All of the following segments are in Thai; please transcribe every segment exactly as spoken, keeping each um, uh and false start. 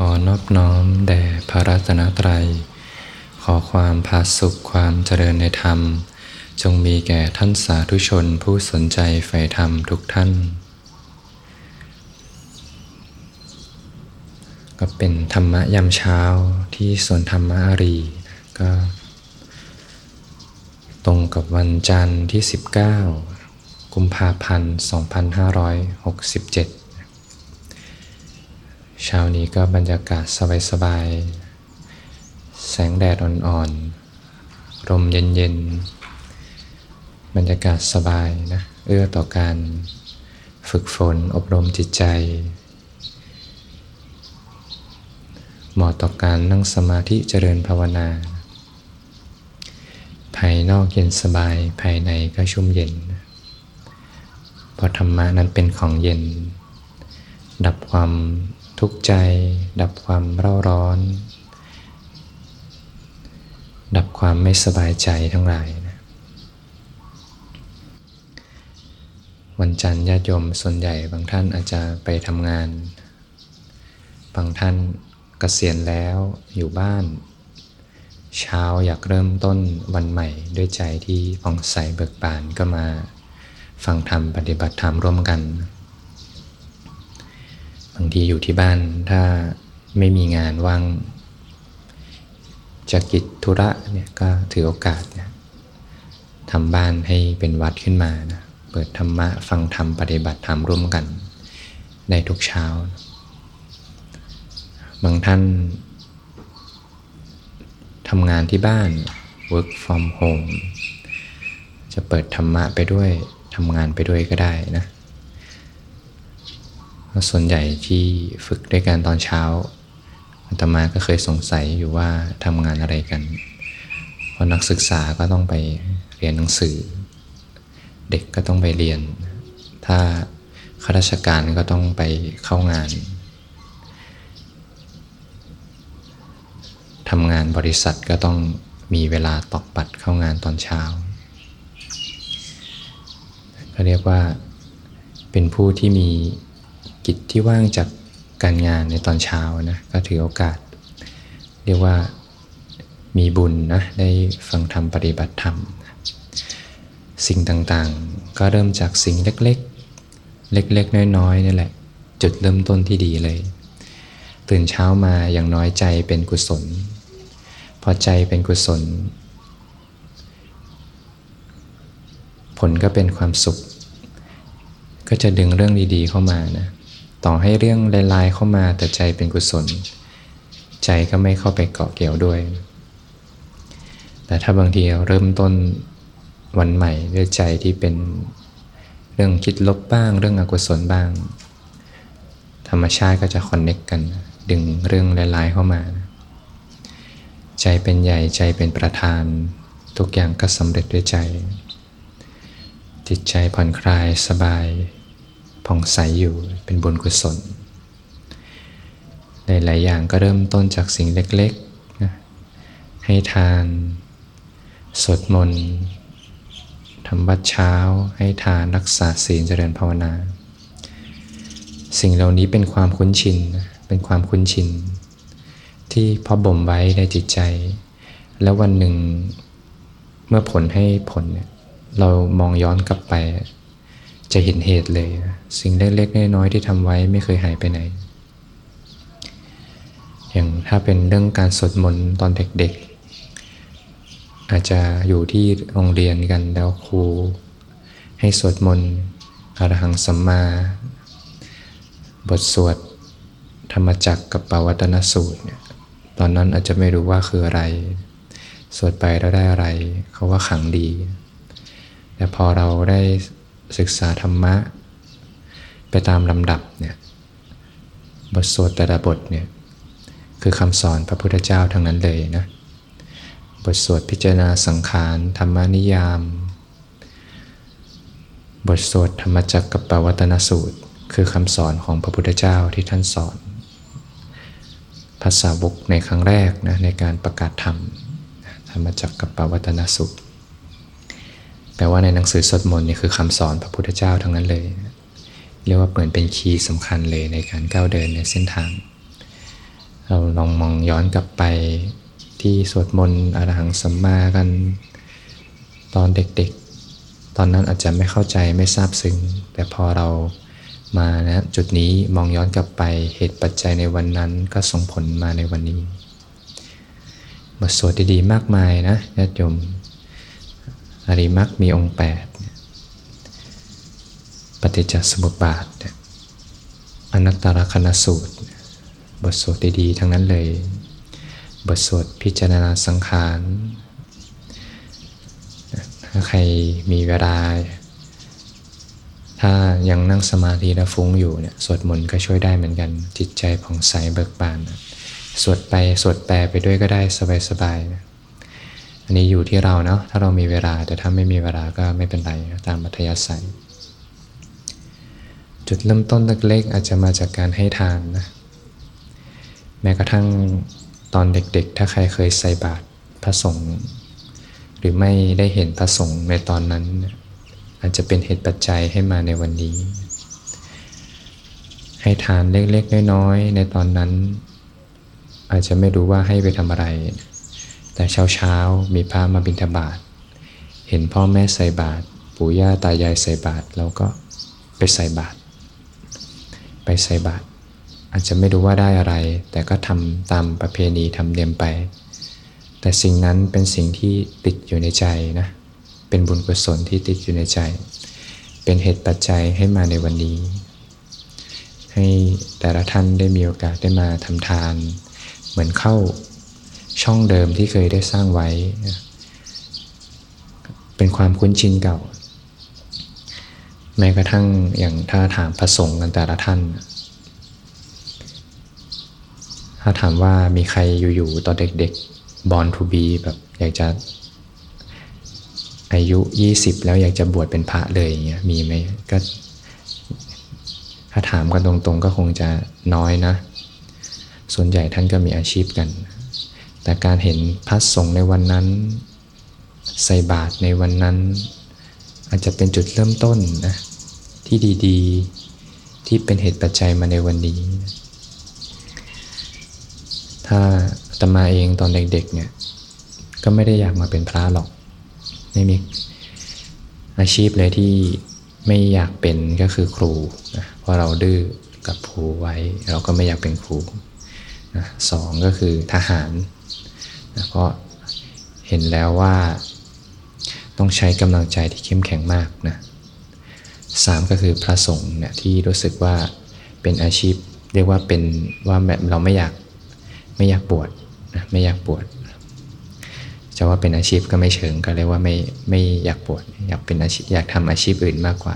อนอบน้อมแด่พระรัตนตรัยขอความผาสุกความเจริญในธรรมจงมีแก่ท่านสาธุชนผู้สนใจใฝ่ธรรมทุกท่านก็เป็นธรรมะยามเช้าที่สวนธรรมอารีก็ตรงกับวันจันทร์ที่สิบเก้ากุมภาพันธ์สองพันห้าร้อยหกสิบเจ็ดเช้านี้ก็บรรยากาศสบายๆแสงแดดอ่อนๆลมเย็นๆบรรยากาศสบายนะเอื้อต่อการฝึกฝนอบรมจิตใจเหมาะต่อการนั่งสมาธิเจริญภาวนาภายนอกเย็นสบายภายในก็ชุ่มเย็นเพราะธรรมะนั้นเป็นของเย็นดับความทุกข์ใจดับความเร่าร้อนดับความไม่สบายใจทั้งหลายนะวันจันทร์ญาติโยมส่วนใหญ่บางท่านอาจจะไปทำงานบางท่านเกษียณแล้วอยู่บ้านเช้าอยากเริ่มต้นวันใหม่ด้วยใจที่ผ่องใสเบิกบานก็มาฟังธรรมปฏิบัติธรรมร่วมกันบางทีอยู่ที่บ้านถ้าไม่มีงานว่างจากกิจธุระเนี่ยก็ถือโอกาสเนี่ยทำบ้านให้เป็นวัดขึ้นมานะเปิดธรรมะฟังธรรมปฏิบัติธรรมร่วมกันได้ทุกเช้าบางท่านทำงานที่บ้าน work from home จะเปิดธรรมะไปด้วยทำงานไปด้วยก็ได้นะส่วนใหญ่ที่ฝึกด้วยกันตอนเช้าอาตมาก็เคยสงสัยอยู่ว่าทำงานอะไรกันเพราะนักศึกษาก็ต้องไปเรียนหนังสือเด็กก็ต้องไปเรียนถ้าข้าราชการก็ต้องไปเข้างานทำงานบริษัทก็ต้องมีเวลาตอกบัตรเข้างานตอนเช้าก็เรียกว่าเป็นผู้ที่มีกิจที่ว่างจากการงานในตอนเช้านะก็ถือโอกาสเรียกว่ามีบุญนะได้ฟังธรรมปฏิบัติธรรมสิ่งต่างๆก็เริ่มจากสิ่งเล็กๆเล็กๆน้อยๆนี่แหละจุดเริ่มต้นที่ดีเลยตื่นเช้ามาอย่างน้อยใจเป็นกุศลพอใจเป็นกุศลผลก็เป็นความสุขก็จะดึงเรื่องดีๆเข้ามานะต่อให้เรื่องลายๆเข้ามาแต่ใจเป็นกุศลใจก็ไม่เข้าไปเกาะเกี่ยวด้วยแต่ถ้าบางทีเราเริ่มต้นวันใหม่ด้วยใจที่เป็นเรื่องคิดลบบ้างเรื่องอกุศลบ้างธรรมชาติก็จะคอนเนคกันดึงเรื่องลายๆเข้ามาใจเป็นใหญ่ใจเป็นประธานทุกอย่างก็สำเร็จด้วยใจจิตใจผ่อนคลายสบายผ่องใสอยู่เป็นบุญกุศลหลายๆอย่างก็เริ่มต้นจากสิ่งเล็กๆนะให้ทานสวดมนต์ทำวัดเช้าให้ทานรักษาศีลเจริญภาวนาสิ่งเหล่านี้เป็นความคุ้นชินเป็นความคุ้นชินที่พอบ่มไว้ในจิตใจแล้ววันหนึ่งเมื่อผลให้ผลเนี่ยเรามองย้อนกลับไปจะเห็นเหตุเลยสิ่งเล็กๆน้อยๆที่ทำไว้ไม่เคยหายไปไหนอย่างถ้าเป็นเรื่องการสวดมนต์ตอนเด็กๆอาจจะอยู่ที่โรงเรียนกันแล้วครูให้สวดมนต์อรหังสัมมาบทสวดธรรมจักรกับปวัตตนสูตรเนี่ยตอนนั้นอาจจะไม่รู้ว่าคืออะไรสวดไปแล้วได้อะไรเขาว่าขังดีแต่พอเราได้ศึกษาธรรมะไปตามลำดับเนี่ยบทสวดแต่ละบทเนี่ยคือคำสอนพระพุทธเจ้าทั้งนั้นเลยนะบทสวดพิจารณาสังขารธรรมนิยามบทสวดธรรมจักรกับปวัตตนสูตรคือคำสอนของพระพุทธเจ้าที่ท่านสอนภาษาวกในครั้งแรกนะในการประกาศธรรมธรรมจักรกับปวัตตนสูตรแปลว่าในหนังสือสวดมนต์นี่คือคำสอนพระพุทธเจ้าทั้งนั้นเลยเรียกว่าเหมือนเป็นคีย์สำคัญเลยในการก้าวเดินในเส้นทางเราลองมองย้อนกลับไปที่สวดมนต์อรหังสัมมากันตอนเด็กๆตอนนั้นอาจจะไม่เข้าใจไม่ทราบซึ้งแต่พอเรามานะจุดนี้มองย้อนกลับไปเหตุปัจจัยในวันนั้นก็ส่งผลมาในวันนี้บทสวดดีๆมากมายนะญาติโยมอริมักมีองค์แปดปฏิจจสมุปบาทอนัตตลกนสูตรบทสวดดีๆทั้งนั้นเลยบทสวดพิจารณาสังขารถ้าใครมีเวลาถ้ายังนั่งสมาธิแล้วฟุ้งอยู่เนี่ยสวดมนต์ก็ช่วยได้เหมือนกันจิตใจผ่องใสเบิกบานสวดไปสวดแปลไปด้วยก็ได้สบายๆนะอันนี้อยู่ที่เราเนาะถ้าเรามีเวลาแต่ถ้าไม่มีเวลาก็ไม่เป็นไรตามอัธยาศัยจุดเริ่มต้นเล็กๆอาจจะมาจากการให้ทานนะแม้กระทั่งตอนเด็กๆถ้าใครเคยใส่บาตรพระสงฆ์หรือไม่ได้เห็นพระสงฆ์ในตอนนั้นอาจจะเป็นเหตุปัจจัยให้มาในวันนี้ให้ทานเล็กๆน้อยๆในตอนนั้นอาจจะไม่รู้ว่าให้ไปทำอะไรแต่เช้าๆมีพระมาบิณฑบาตเห็นพ่อแม่ใส่บาตรปู่ย่าตายายใส่บาตรเราก็ไปใส่บาตรไปใส่บาตรอาจจะไม่รู้ว่าได้อะไรแต่ก็ทำตามประเพณีทำเนียมไปแต่สิ่งนั้นเป็นสิ่งที่ติดอยู่ในใจนะเป็นบุญกุศลที่ติดอยู่ในใจเป็นเหตุปัจจัยให้มาในวันนี้ให้แต่ละท่านได้มีโอกาสได้มาทำทานเหมือนเข้าช่องเดิมที่เคยได้สร้างไว้เป็นความคุ้นชินเก่าแม้กระทั่งอย่างถ้าถามพระสงฆ์กันแต่ละท่านถ้าถามว่ามีใครอยู่ๆตอนเด็กๆ born to be แบบอยากจะอายุยี่สิบแล้วอยากจะบวชเป็นพระเลยอย่างเงี้ยมีไหมก็ถ้าถามกันตรงๆก็คงจะน้อยนะส่วนใหญ่ท่านก็มีอาชีพกันแต่การเห็นพระสงฆ์ในวันนั้นใส่บาตรในวันนั้นอาจจะเป็นจุดเริ่มต้นนะที่ดีๆที่เป็นเหตุปัจจัยมาในวันนี้ถ้าอาตมาเองตอนเด็กๆเนี่ยก็ไม่ได้อยากมาเป็นพระหรอกไม่มีอาชีพเลยที่ไม่อยากเป็นก็คือครูนะเพราะเราดื้อกับครูไว้เราก็ไม่อยากเป็นครูนะสองก็คือทหารนะเพราะเห็นแล้วว่าต้องใช้กำลังใจที่เข้มแข็งมากนะสามก็คือพระสงฆ์เนี่ยที่รู้สึกว่าเป็นอาชีพเรียกว่าเป็นว่าเราไม่อยากไม่อยากบวชนะไม่อยากบวชจะว่าเป็นอาชีพก็ไม่เชิงก็เรียกว่าไม่ไม่อยากบวชอยากเป็นอาชีพอยากทำอาชีพอื่นมากกว่า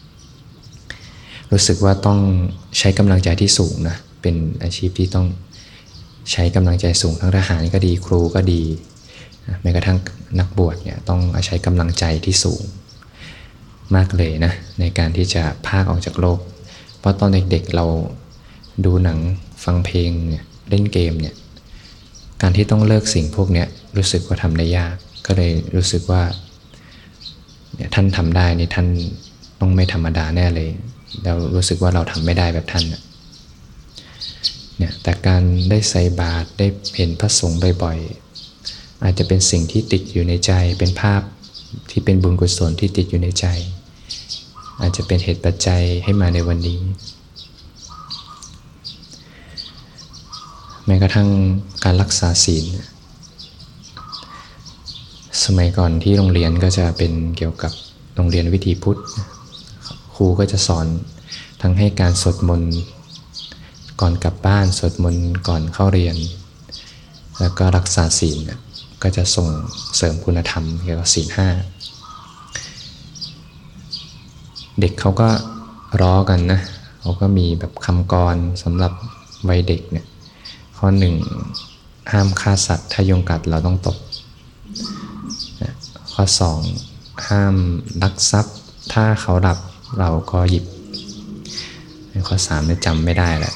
รู้สึกว่าต้องใช้กำลังใจที่สูงนะเป็นอาชีพที่ต้องใช้กำลังใจสูงทั้งทหารก็ดีครูก็ดีแม้กระทั่งนักบวชเนี่ยต้องใช้กำลังใจที่สูงมากเลยนะในการที่จะพากออกจากโลกเพราะตอนเด็กๆเราดูหนังฟังเพลงเนี่ยเล่นเกมเนี่ยการที่ต้องเลิกสิ่งพวกนี้รู้สึกว่าทำได้ยากก็เลยรู้สึกว่าเนี่ยท่านทำได้นี่ท่านต้องไม่ธรรมดาแน่เลยเรารู้สึกว่าเราทำไม่ได้แบบท่านเนี่ยแต่การได้ใส่บาตรได้เห็นพระสงฆ์บ่อยๆอาจจะเป็นสิ่งที่ติดอยู่ในใจเป็นภาพที่เป็นบุญกุศลที่ติดอยู่ในใจอาจจะเป็นเหตุปัจจัยให้มาในวันนี้แม้กระทั่งการรักษาศีลสมัยก่อนที่โรงเรียนก็จะเป็นเกี่ยวกับโรงเรียนวิถีพุทธครูก็จะสอนทั้งให้การสวดมนต์ก่อนกลับบ้านสวดมนต์ก่อนเข้าเรียนแล้วก็รักษาศีลก็จะส่งเสริมคุณธรรมเกี่ยวกับศีลห้าเด็กเขาก็ร้อกันนะเขาก็มีแบบคำกรสำหรับวัยเด็กเนี่ยข้อหนึ่งห้ามฆ่าสัตว์ถ้ายุงกัดเราต้องตบข้อสองห้ามลักทรัพย์ถ้าเขาหลับเราก็หยิบข้อสามเนี่ยจำไม่ได้แหละ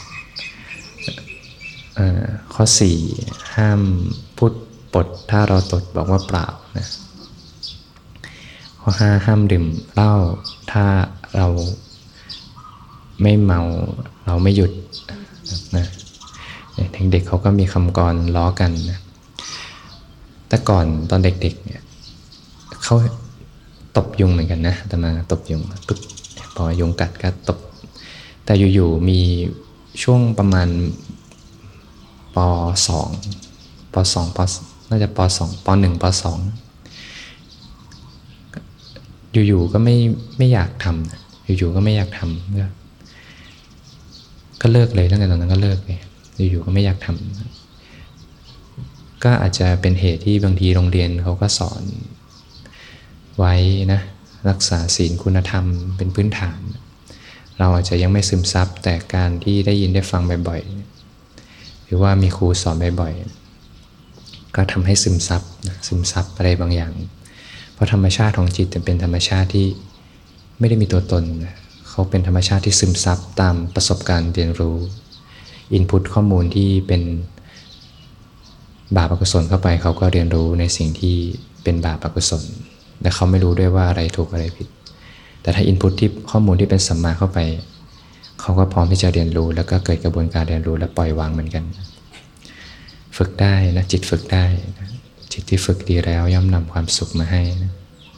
ข้อสี่ห้ามพูดปดถ้าเราตดบอกว่าเปล่านะข้อห้าห้ามดื่มเหล้าถ้าเราไม่เมาเราไม่หยุดนะถึงเด็กๆเขาก็มีคำกรล้อกันนะแต่ก่อนตอนเด็กๆเนี่ยเขาตบยุงเหมือนกันนะแต่มาตบยุงปึ๊บพอยุงกัดก็ตบแต่อยู่ๆมีช่วงประมาณป.สอง ป.สอง ป.น่าจะป.สอง ป.หนึ่ง ป.สอง อยู่ๆก็ไม่ไม่อยากทำอยู่ๆก็ไม่อยากทำก็ก็เลิกเลยตั้งแต่ตอนนั้นก็เลิกเลยอยู่ๆก็ไม่อยากทำก็อาจจะเป็นเหตุที่บางทีโรงเรียนเขาก็สอนไว้นะรักษาศีลคุณธรรมเป็นพื้นฐานเราอาจจะยังไม่ซึมซับแต่การที่ได้ยินได้ฟังบ่อยๆหรือว่ามีครูสอนบ่อยๆก็ทำให้ซึมซับนะซึมซับอะไรบางอย่างเพราะธรรมชาติของจิตเป็นธรรมชาติที่ไม่ได้มีตัวตนนะเขาเป็นธรรมชาติที่ซึมซับตามประสบการณ์เรียนรู้อินพุตข้อมูลที่เป็นบาปอกุศลเข้าไปเขาก็เรียนรู้ในสิ่งที่เป็นบาปอกุศลและเขาไม่รู้ด้วยว่าอะไรถูกอะไรผิดแต่ถ้าอินพุตที่ข้อมูลที่เป็นสัมมาเข้าไปเขาก็พร้อมที่จะเรียนรู้แล้วก็เกิดกระบวนการเรียนรู้และปล่อยวางเหมือนกันฝึกได้นะจิตฝึกได้นะจิตที่ฝึกดีแล้วย่อมนำความสุขมาให้นะ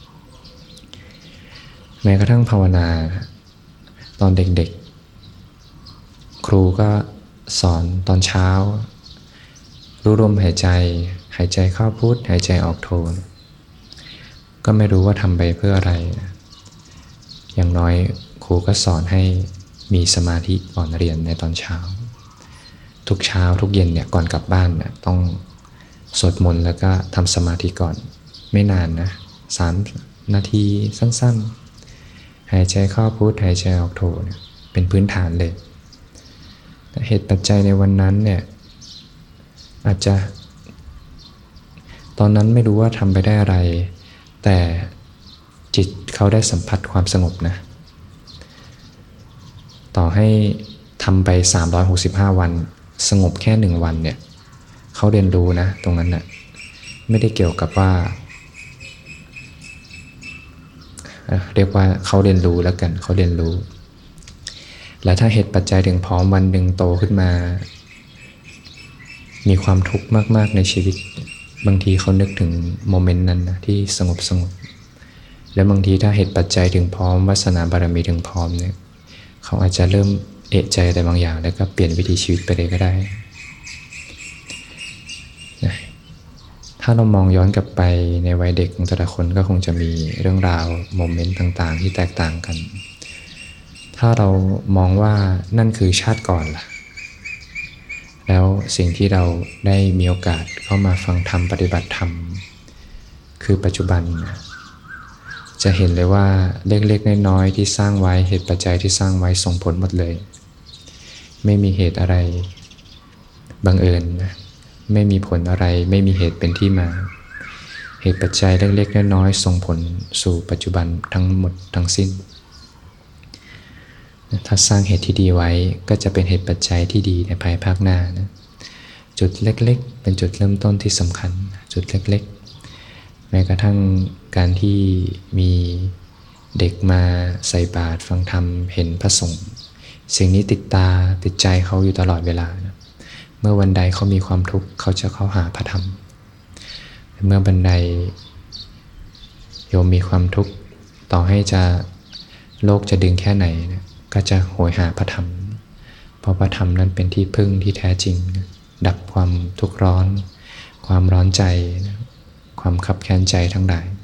แม้กระทั่งภาวนาตอนเด็กๆครูก็สอนตอนเช้ารู้ลมหายใจหายใจเข้าพุทหายใจออกโทก็ไม่รู้ว่าทำไปเพื่ออะไรนะอย่างน้อยครูก็สอนให้มีสมาธิก่อนเรียนในตอนเช้าทุกเช้าทุกเย็นเนี่ยก่อนกลับบ้านเนี่ยต้องสวดมนต์แล้วก็ทำสมาธิก่อนไม่นานนะสามนาทีสั้นๆหายใจเข้าพุทหายใจออกโทเนี่ยเป็นพื้นฐานเลยเหตุปัจจัยในวันนั้นเนี่ยอาจจะตอนนั้นไม่รู้ว่าทำไปได้อะไรแต่จิตเขาได้สัมผัสความสงบนะต่อให้ทำไปสามร้อยหกสิบห้าวันสงบแค่หนึ่งวันเนี่ยเขาเรียนรู้นะตรงนั้นน่ะไม่ได้เกี่ยวกับว่าเรียกว่าเขาเรียนรู้แล้วกันเขาเรียนรู้แล้วถ้าเหตุปัจจัยถึงพร้อมวันหนึ่งโตขึ้นมามีความทุกข์มากๆในชีวิตบางทีเขานึกถึงโมเมนต์นั้นนะที่สงบสงบแล้วบางทีถ้าเหตุปัจจัยถึงพร้อมวาสนาบารมีถึงพร้อมเนี่ยเขาอาจจะเริ่มเอะใจอะไรบางอย่างแล้วก็เปลี่ยนวิถีชีวิตไปเลยก็ได้ถ้าเรามองย้อนกลับไปในวัยเด็กของแต่ละคนก็คงจะมีเรื่องราวโมเมนต์ต่างๆที่แตกต่างกันถ้าเรามองว่านั่นคือชาติก่อนล่ะแล้วสิ่งที่เราได้มีโอกาสเข้ามาฟังธรรมปฏิบัติธรรมคือปัจจุบันจะเห็นเลยว่าเล็กๆน้อยๆที่สร้างไว้เหตุปัจจัยที่สร้างไว้ส่งผลหมดเลยไม่มีเหตุอะไรบังเอิญนะไม่มีผลอะไรไม่มีเหตุเป็นที่มาเหตุปัจจัยเล็กๆน้อยๆส่งผลสู่ปัจจุบันทั้งหมดทั้งสิ้นถ้าสร้างเหตุที่ดีไว้ก็จะเป็นเหตุปัจจัยที่ดีในภายภาคหน้านะจุดเล็กๆเป็นจุดเริ่มต้นที่สำคัญจุดเล็กๆแม้กระทั่งการที่มีเด็กมาใส่บาตรฟังธรรมเห็นพระสงฆ์สิ่งนี้ติดตาติดใจเขาอยู่ตลอดเวลานะเมื่อวันใดเขามีความทุกข์เขาจะเข้าหาพระธรรมเมื่อวันใดโยมมีความทุกข์ต่อให้จะโลกจะดึงแค่ไหนนะก็จะโหยหาพระธรรมเพราะพระธรรมนั้นเป็นที่พึ่งที่แท้จริงนะดับความทุกข์ร้อนความร้อนใจนะความคับแค้นใจทั้งหลาย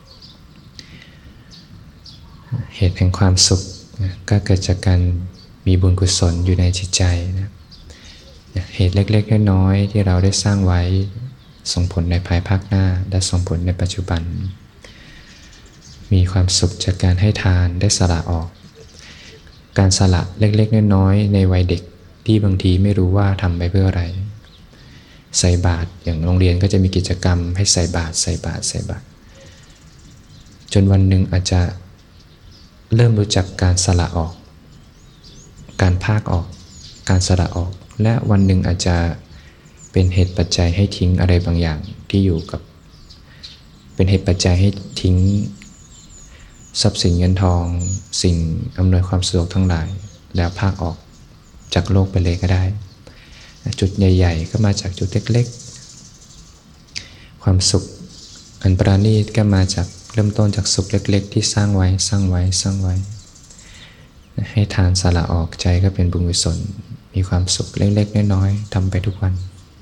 เหตุแห่งความสุขนะก็เกิดจากการมีบุญกุศลอยู่ในจิตใจนะเหตุเล็กๆน้อยๆที่เราได้สร้างไว้ส่งผลในภายภาคหน้าและส่งผลในปัจจุบันมีความสุขจากการให้ทานได้สละออกการสละเล็กๆน้อยๆในวัยเด็กที่บางทีไม่รู้ว่าทำไปเพื่ออะไรใส่บาตรอย่างโรงเรียนก็จะมีกิจกรรมให้ใส่บาตรใส่บาตรใส่บาตรจนวันหนึ่งอาจจะเริ่มรู้จักการสละออกการพากออกการสละออกและวันหนึ่งอาจจะเป็นเหตุปัจจัยให้ทิ้งอะไรบางอย่างที่อยู่กับเป็นเหตุปัจจัยให้ทิ้งทรัพย์สินเงินทองสิ่งอำนวยความสะดวกทั้งหลายแล้วพากออกจากโลกไปเลยก็ได้จุดใหญ่ๆก็มาจากจุดเล็กๆความสุขอันประณีตก็มาจากเริ่มต้นจากสุขเล็กๆที่สร้างไว้สร้างไว้สร้างไว้ให้ทานสละออกใจก็เป็นบุญกุศลมีความสุขเล็กๆน้อยๆทำไปทุกวัน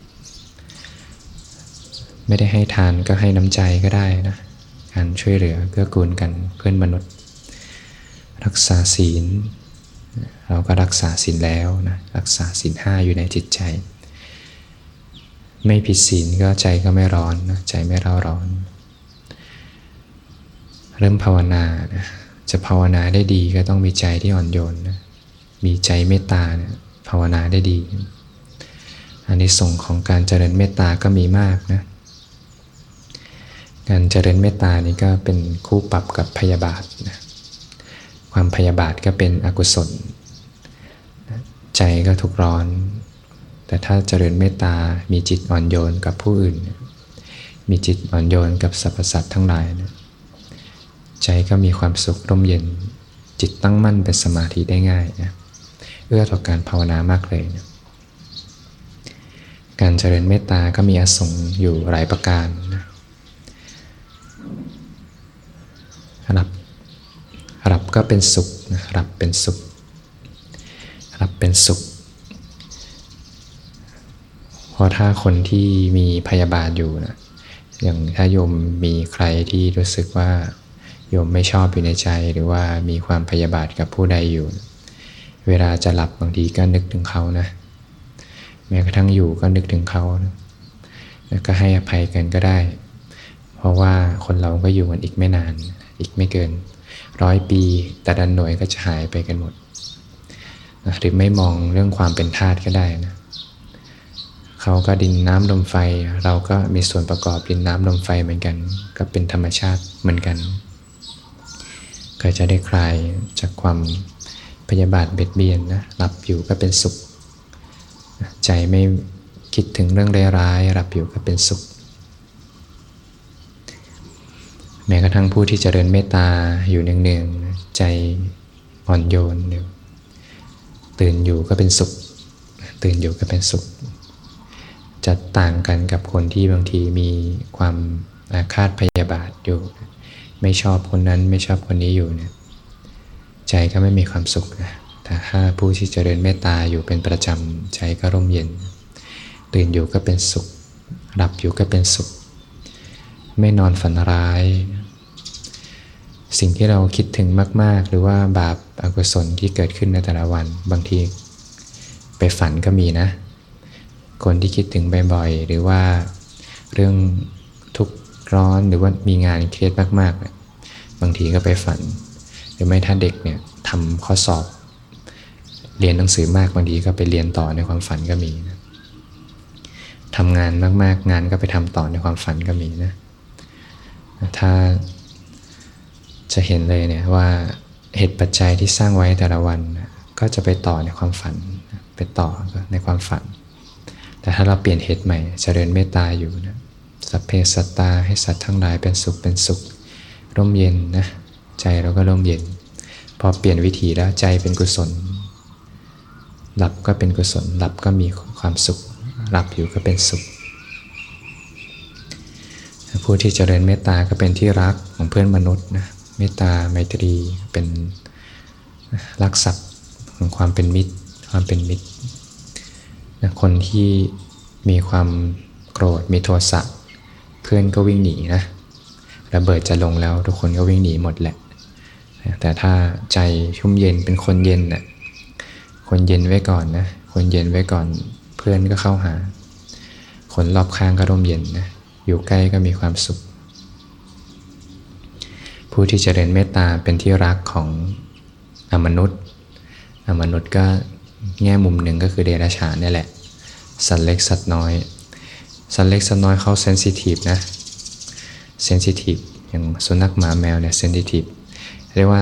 ไม่ได้ให้ทานก็ให้น้ำใจก็ได้นะการช่วยเหลือเกื้อกูลกันเพื่อนมนุษย์รักษาศีลเราก็รักษาศีลแล้วนะรักษาศีลห้าอยู่ในจิตใจไม่ผิดศีลก็ใจก็ไม่ร้อนนะใจไม่เร่าร้อนเริ่มภาวนานะจะภาวนาได้ดีก็ต้องมีใจที่อ่อนโยนนะมีใจเมตตานะภาวนาได้ดีอานิสงส์ของการเจริญเมตตาก็มีมากนะการเจริญเมตตานี่ก็เป็นคู่ปรับกับพยาบาทนะความพยาบาทก็เป็นอกุศลใจก็ทุกข์ร้อนแต่ถ้าเจริญเมตตามีจิตอ่อนโยนกับผู้อื่นมีจิตอ่อนโยนกับสรรพสัตว์ทั้งหลายนะใจก็มีความสุขร่มเย็นจิตตั้งมั่นเป็นสมาธิได้ง่ายนะเอื้อต่อการภาวนามากเลยนะการเจริญเมตตาก็มีอาสงส์อยู่หลายประการนะรับรับก็เป็นสุขนะรับเป็นสุขรับเป็นสุขเพราะถ้าคนที่มีพยาบาทอยู่นะอย่างถ้าโยมมีใครที่รู้สึกว่าโยมไม่ชอบอยู่ในใจหรือว่ามีความพยาบาทกับผู้ใดอยู่เวลาจะหลับบางทีก็นึกถึงเขานะแม้กระทั่งอยู่ก็นึกถึงเขานะแล้วก็ให้อภัยกันก็ได้เพราะว่าคนเราก็อยู่กันอีกไม่นานอีกไม่เกินร้อยปีแต่ดันหน่วยก็จะหายไปกันหมดนะหรือไม่มองเรื่องความเป็นธาตุก็ได้นะเขาก็ดินน้ำลมไฟเราก็มีส่วนประกอบดินน้ำลมไฟเหมือนกันก็เป็นธรรมชาติเหมือนกันก็จะได้คลายจากความพยาบาทเบียดเบียนนะหลับอยู่ก็เป็นสุขใจไม่คิดถึงเรื่องร้ายๆหลับอยู่ก็เป็นสุขแม้กระทั่งผู้ที่เจริญเมตตาอยู่เนืองๆใจอ่อนโยนอยู่ตื่นอยู่ก็เป็นสุขตื่นอยู่ก็เป็นสุขจะต่างกันกับคนที่บางทีมีความอาฆาตพยาบาทอยู่ไม่ชอบคนนั้นไม่ชอบคนนี้อยู่เนี่ยใจก็ไม่มีความสุขนะแต่ถ้าผู้ที่เจริญเมตตาอยู่เป็นประจำใจก็ร่มเย็นตื่นอยู่ก็เป็นสุขหลับอยู่ก็เป็นสุขไม่นอนฝันร้ายสิ่งที่เราคิดถึงมากๆหรือว่าบาปอกุศลที่เกิดขึ้นในแต่ละวันบางทีไปฝันก็มีนะคนที่คิดถึงบ่อยๆหรือว่าเรื่องทุกข์ร้อนหรือว่ามีงานเครียดมากๆบางทีก็ไปฝันหรือไม่ถ้าเด็กเนี่ยทำข้อสอบเรียนหนังสือมากบางทีก็ไปเรียนต่อในความฝันก็มีนะทำงานมากๆงานก็ไปทำต่อในความฝันก็มีนะถ้าจะเห็นเลยเนี่ยว่าเหตุปัจจัยที่สร้างไว้แต่ละวันก็จะไปต่อในความฝันไปต่อในความฝันแต่ถ้าเราเปลี่ยนเหตุใหม่เจริญเมตตาอยู่นะสัพเพสัตตาให้สัตว์ทั้งหลายเป็นสุขเป็นสุขร่มเย็นนะใจเราก็ร่มเย็นพอเปลี่ยนวิถีแล้วใจเป็นกุศลหลับก็เป็นกุศลหลับก็มีความสุขหลับอยู่ก็เป็นสุขผู้ที่เจริญเมตตาก็เป็นที่รักของเพื่อนมนุษย์นะเมตตาไมตรีเป็นรักศักดิ์ของความเป็นมิตรความเป็นมิตรนะคนที่มีความโกรธมีโทสะเพื่อนก็วิ่งหนีนะระเบิดจะลงแล้วทุกคนก็วิ่งหนีหมดแหละแต่ถ้าใจชุ่มเย็นเป็นคนเย็นนะคนเย็นไว้ก่อนนะคนเย็นไว้ก่อนเพื่อนก็เข้าหาคนรอบข้างก็ร่มเย็นนะอยู่ใกล้ก็มีความสุขผู้ที่เจริญเมตตาเป็นที่รักของอมนุษย์อมนุษย์ก็แง่มุมหนึ่งก็คือเดรัจฉานนี่แหละสัตว์เล็กสัตว์น้อยสัตว์เล็กสัตว์น้อยเขาเซนซิทีฟนะเซนซิทีฟอย่างสุนัขหมาแมวเนี่ยเซนซิทีฟเรียกว่า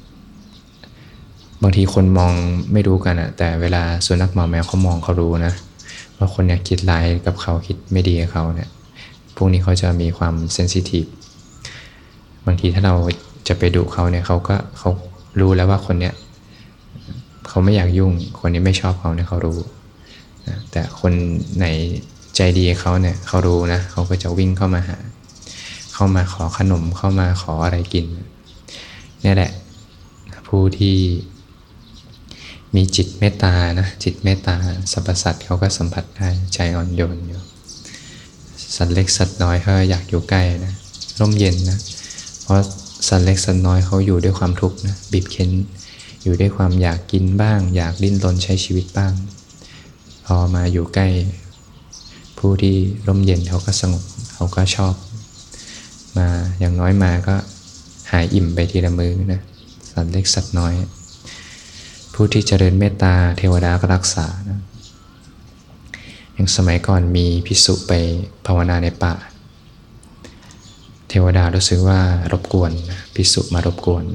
บางทีคนมองไม่รู้กันอะแต่เวลาสุนัขหมาแมวเขามองเขารู้นะว่าคนเนี่ยคิดร้ายกับเขาคิดไม่ดีกับเขาเนี่ยพวกนี้เขาจะมีความเซนซิทีฟบางทีถ้าเราจะไปดุเขาเนี่ยเขาก็เขารู้แล้วว่าคนเนี้ยเขาไม่อยากยุ่งคนนี้ไม่ชอบเขาเนี่ยเขารู้นะแต่คนไหนใจดีเขาเนี่ยเขารู้นะเขาก็จะวิ่งเข้ามาหาเข้ามาขอขนมเข้ามาขออะไรกินนี่แหละผู้ที่มีจิตเมตตานะจิตเมตตาสรรพสัตว์เขาก็สัมผัสได้ใจอ่อนโยนอยู่สัตว์เล็กสัตว์น้อยเขาอยากอยู่ใกล้นะร่มเย็นนะเพราะสัตว์เล็กสัตว์น้อยเขาอยู่ด้วยความทุกข์นะบีบเค้นอยู่ด้วยความอยากกินบ้างอยากดิ้นรนใช้ชีวิตบ้างพอมาอยู่ใกล้ผู้ที่ร่มเย็นเขาก็สงบเขาก็ชอบมาอย่างน้อยมาก็หายอิ่มไปทีละมื้อนะสัตว์เล็กสัตว์น้อยผู้ที่เจริญเมตตาเทวดาก็รักษานะอย่างสมัยก่อนมีภิกษุไปภาวนาในป่าเทวดารู้สึกว่ารบกวนภิกษุมารบกวน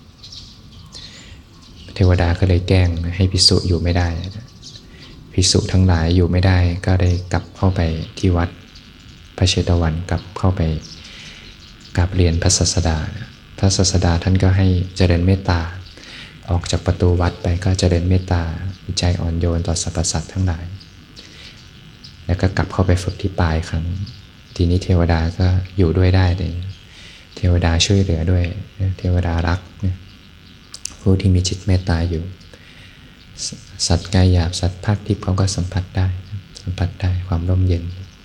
เทวดาก็เลยแกล้งให้ภิกษุอยู่ไม่ได้ภิกษุทั้งหลายอยู่ไม่ได้ก็ได้กลับเข้าไปที่วัดพระเชตวันกลับเข้าไปกราบเรียนพระศาสดาพระศาสดาท่านก็ให้เจริญเมตตาออกจากประตูวัดไปก็เจริญเมตตาใจอ่อนโยนต่อสรรพสัตว์ทั้งหลายแล้วก็กลับเข้าไปฝึกที่ป่าอีกครั้งทีนี้เทวดาก็อยู่ด้วยได้เลยเทวดาช่วยเหลือด้วยเทวดารักผู้ที่มีจิตเมตตาอยู่สัตว์กายหยาบสัตว์ภาคทิพย์เขาก็สัมผัสได้สัมผัสได้ความร่มเย็น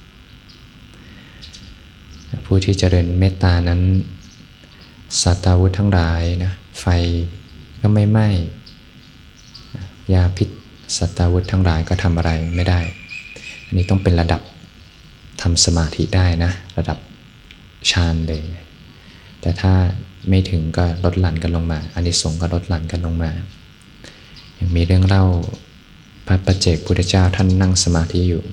ผู้ที่เจริญเมตตานั้นสัตว์อาวุธทั้งหลายนะไฟก็ไม่ไหม้ยาพิษสัตว์อาวุธทั้งหลายก็ทำอะไรไม่ได้อันนี้ต้องเป็นระดับทำสมาธิได้นะระดับฌานเลยแต่ถ้าไม่ถึงก็ลดหลั่นกันลงมาอานิสงส์ก็ลดหลั่นกันลงมายังมีเรื่องเล่าพระปัจเจกพุทธเจ้าท่านนั่งสมาธิอยู่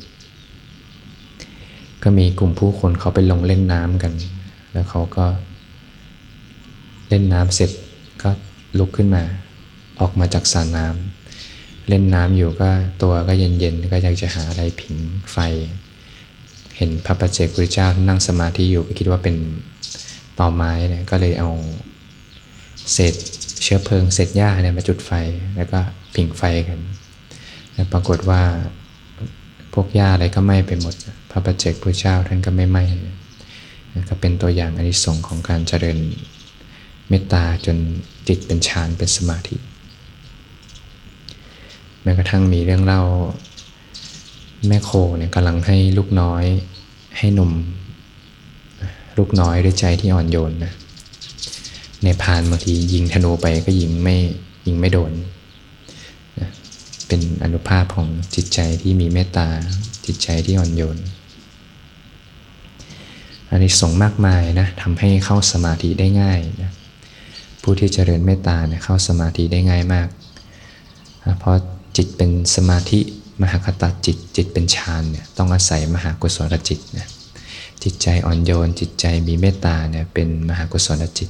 ก็มีกลุ่มผู้คนเขาไปลงเล่นน้ำกันแล้วเขาก็เล่นน้ำเสร็จก็ลุกขึ้นมาออกมาจากสระน้ำเล่นน้ำอยู่ก็ตัวก็เย็นๆก็อยากจะหาอะไรผิงไฟเห็นพระปัจเจกพุทธเจ้านั่งสมาธิอยู่ก็คิดว่าเป็นตอไม้เนี่ยก็เลยเอาเศษเชื้อเพลิงเศษหญ้าเนี่ยมาจุดไฟแล้วก็ผิงไฟกันแล้วปรากฏว่าพวกหญ้าอะไรก็ไหม้ไปหมดพระปัจเจกพุทธเจ้าท่านก็ไม่ไหม้ก็เป็นตัวอย่างอานิสงส์ของการเจริญเมตตาจนจิตเป็นฌานเป็นสมาธิแม้กระทั่งมีเรื่องเล่าแม่โคเนี่ยกำลังให้ลูกน้อยให้นมลูกน้อยด้วยใจที่อ่อนโยนนะในพานบางทียิงธนูไปก็ยิงไม่ยิงไม่โดนนะเป็นอนุภาพของจิตใจที่มีเมตตาจิตใจที่อ่อนโยนอานิสงส์มากมายนะทำให้เข้าสมาธิได้ง่ายนะผู้ที่เจริญเมตตาเนี่ยเข้าสมาธิได้ง่ายมากเพราะจิตเป็นสมาธิมหคตจิตจิตเป็นฌานเนี่ยต้องอาศัยมหากุศลจิตนะจิตใจอ่อนโยนจิตใจมีเมตตาเนี่ยเป็นมหากุศลจิต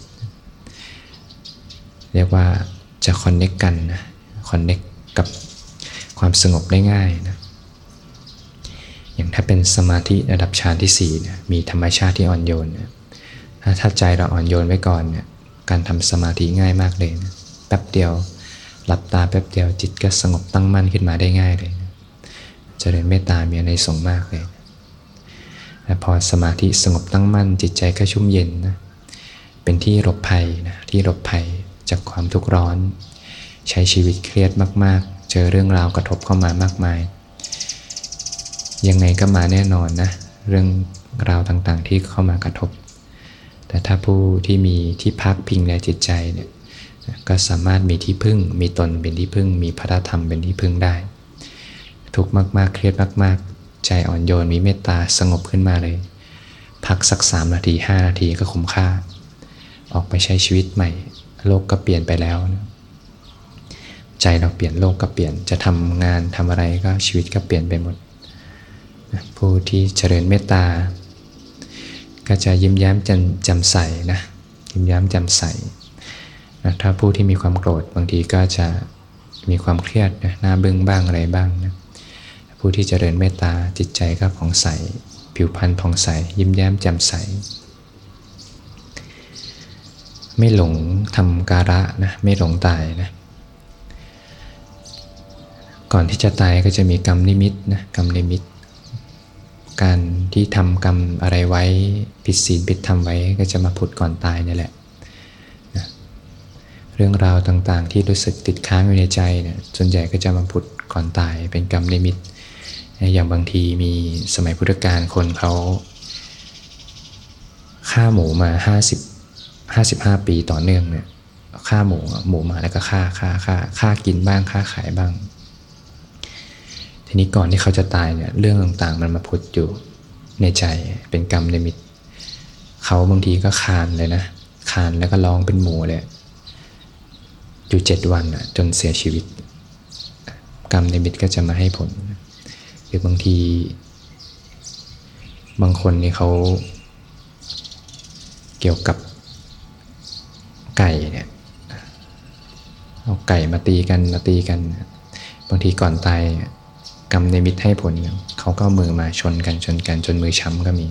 เรียกว่าจะคอนเนคกันนะคอนเนคกับความสงบได้ง่ายนะอย่างถ้าเป็นสมาธิระดับฌานที่สี่เนี่ยมีธรรมชาติที่อ่อนโยนนะถ้าถ้าใจเราอ่อนโยนไว้ก่อนเนี่ยการทำสมาธิง่ายมากเลยนะแป๊บเดียวหลับตาแป๊บเดียวจิตก็สงบตั้งมั่นขึ้นมาได้ง่ายเลยนะเจริญเมตตามีอานิสงส์มากเลยและพอสมาธิสงบตั้งมั่นจิตใจก็ชุ่มเย็นนะเป็นที่หลบภัยนะที่หลบภัยจากความทุกข์ร้อนใช้ชีวิตเครียดมากๆเจอเรื่องราวกระทบเข้ามามากมายยังไงก็มาแน่นอนนะเรื่องราวต่างๆที่เข้ามากระทบแต่ถ้าผู้ที่มีที่พักพิงในจิตใจเนี่ยก็สามารถมีที่พึ่งมีตนเป็นที่พึ่งมีพระธรรมเป็นที่พึ่งได้ทุกข์มากๆเครียดมากๆใจอ่อนโยนมีเมตตาสงบขึ้นมาเลยพักสักสามนาทีห้านาทีก็คุ้มค่าออกไปใช้ชีวิตใหม่โลกก็เปลี่ยนไปแล้วนะใจเราเปลี่ยนโลกก็เปลี่ยนจะทำงานทำอะไรก็ชีวิตก็เปลี่ยนไปหมดผู้ที่เจริญเมตตาก็จะยิ้มแย้มแจ่มแจ่มใสนะยิ้มแย้มแจ่มใสนะถ้าผู้ที่มีความโกรธบางทีก็จะมีความเครียดนะหน้าบึ้งบ้างอะไรบ้างนะผู้ที่เจริญเมตตาจิตใจก็ผ่องใสผิวพรรณผ่องใสยิ้มแย้มแจ่มใสไม่หลงทำการะนะไม่หลงตายนะก่อนที่จะตายก็จะมีกรรมนิมิตนะกรรมนิมิตการที่ทำกรรมอะไรไว้ผิดศีลผิดธรรมไว้ก็จะมาผุดก่อนตายนี่แหละนะเรื่องราวต่างๆที่รู้สึกติดค้างอยู่ในใจเนี่ยส่วนใหญ่ก็จะมาผุดก่อนตายเป็นกรรมนิมิตอย่างบางทีมีสมัยพุทธกาลคนเขาฆ่าหมูมาห้าสิบ ห้าสิบห้าปีต่อเนื่องเนี่ยฆ่าหมูหมูมาแล้วก็ฆ่าฆ่าฆ่าฆ่ากินบ้างฆ่าขายบ้างทีนี้ก่อนที่เขาจะตายเนี่ยเรื่องต่างๆมันมาผุดอยู่ในใจเป็นกรรมนิมิตเขาบางทีก็คลานเลยนะคลานแล้วก็ร้องเป็นหมูเลยอยู่เจ็ดวันอ่ะจนเสียชีวิตกรรมนิมิตก็จะมาให้ผลหรือบางทีบางคนนี่เขาเกี่ยวกับไก่เนี่ยเอาไก่มาตีกันมาตีกันบางทีก่อนตายกรรมนิมิตให้ผลเขาก็มือมาชนกันชนกันจนมือช้ำก็มี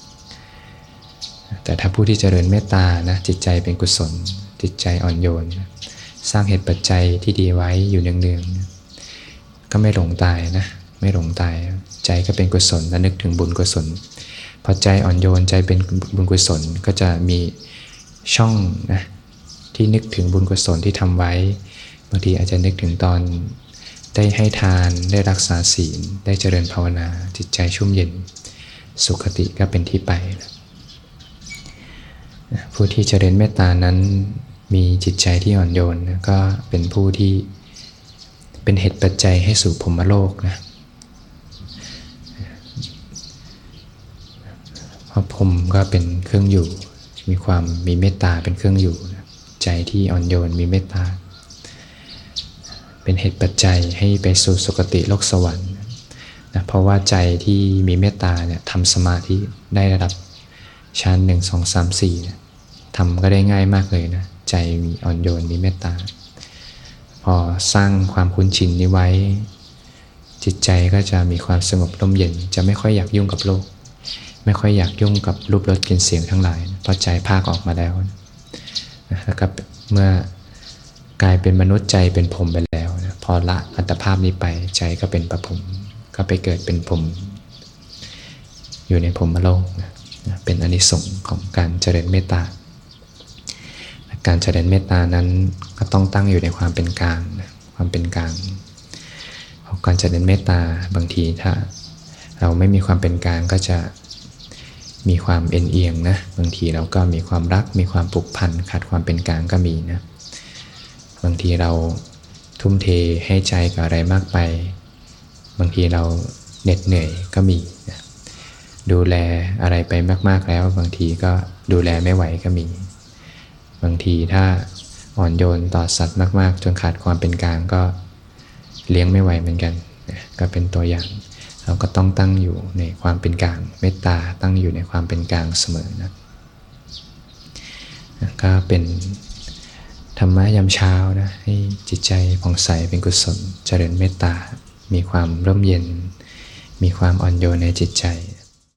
แต่ถ้าผู้ที่เจริญเมตตานะจิตใจเป็นกุศลจิตใจอ่อนโยนสร้างเหตุปัจจัยที่ดีไว้อยู่เนืองๆก็ไม่หลงตายนะไม่หลงตายใจก็เป็นกุศลและนึกถึงบุญกุศลพอใจอ่อนโยนใจเป็นบุญกุศลก็จะมีช่องนะที่นึกถึงบุญกุศลที่ทำไว้บางทีอาจจะนึกถึงตอนได้ให้ทานได้รักษาศีลได้เจริญภาวนาจิตใจชุ่มเย็นสุขติก็เป็นที่ไปผู้ที่เจริญเมตตานั้นมีจิตใจที่อ่อนโยนก็เป็นผู้ที่เป็นเหตุปัจจัยให้สู่พรหมโลกนะเพราะพรหมก็เป็นเครื่องอยู่มีความมีเมตตาเป็นเครื่องอยู่ใจที่อ่อนโยนมีเมตตาเป็นเหตุปัจจัยให้ไปสู่สุคติโลกสวรรค์นะเพราะว่าใจที่มีเมตตาเนี่ยทำสมาธิได้ระดับชั้นหนึ่งสองสามสี่เนี่ยทำก็ได้ง่ายมากเลยนะใจมีอ่อนโยนมีเมตตาพอสร้างความคุ้นชินนี้ไว้จิตใจก็จะมีความสงบร่มเย็นจะไม่ค่อยอยากยุ่งกับโลกไม่ค่อยอยากยุ่งกับรูปรสกลิ่นเสียงทั้งหลายเพราะใจภาคออกมาแล้วนะแล้วก็เมื่อกลายเป็นมนุษย์ใจเป็นพรหมไปแล้วนะพอละอัตภาพนี้ไปใจก็เป็นพระพรหมก็ไปเกิดเป็นพรหมอยู่ในพรหมโลกนะเป็นอานิสงส์ของการเจริญเมตตาการเจริญเมตตานั้นก็ต้องตั้งอยู่ในความเป็นกลางนะความเป็นกลางเพราะการเจริญเมตตาบางทีถ้าเราไม่มีความเป็นกลางก็จะมีความเอ็นเอียงนะบางทีเราก็มีความรักมีความผูกพันขาดความเป็นกลางก็มีนะบางทีเราทุ่มเทให้ใจกับอะไรมากไปบางทีเราเหน็ดเหนื่อยก็มีนะดูแลอะไรไปมากๆแล้วบางทีก็ดูแลไม่ไหวก็มีบางทีถ้าอ่อนโยนต่อสัตว์มากๆจนขาดความเป็นกลางก็เลี้ยงไม่ไหวเหมือนกันนะก็เป็นตัวอย่างเราก็ต้องตั้งอยู่ในความเป็นกลางเมตตาตั้งอยู่ในความเป็นกลางเสมอนะก็เป็นธรรมะยามเช้านะให้จิตใจผ่องใสเป็นกุศลเจริญเมตตามีความร่มเย็นมีความอ่อนโยนในจิตใจ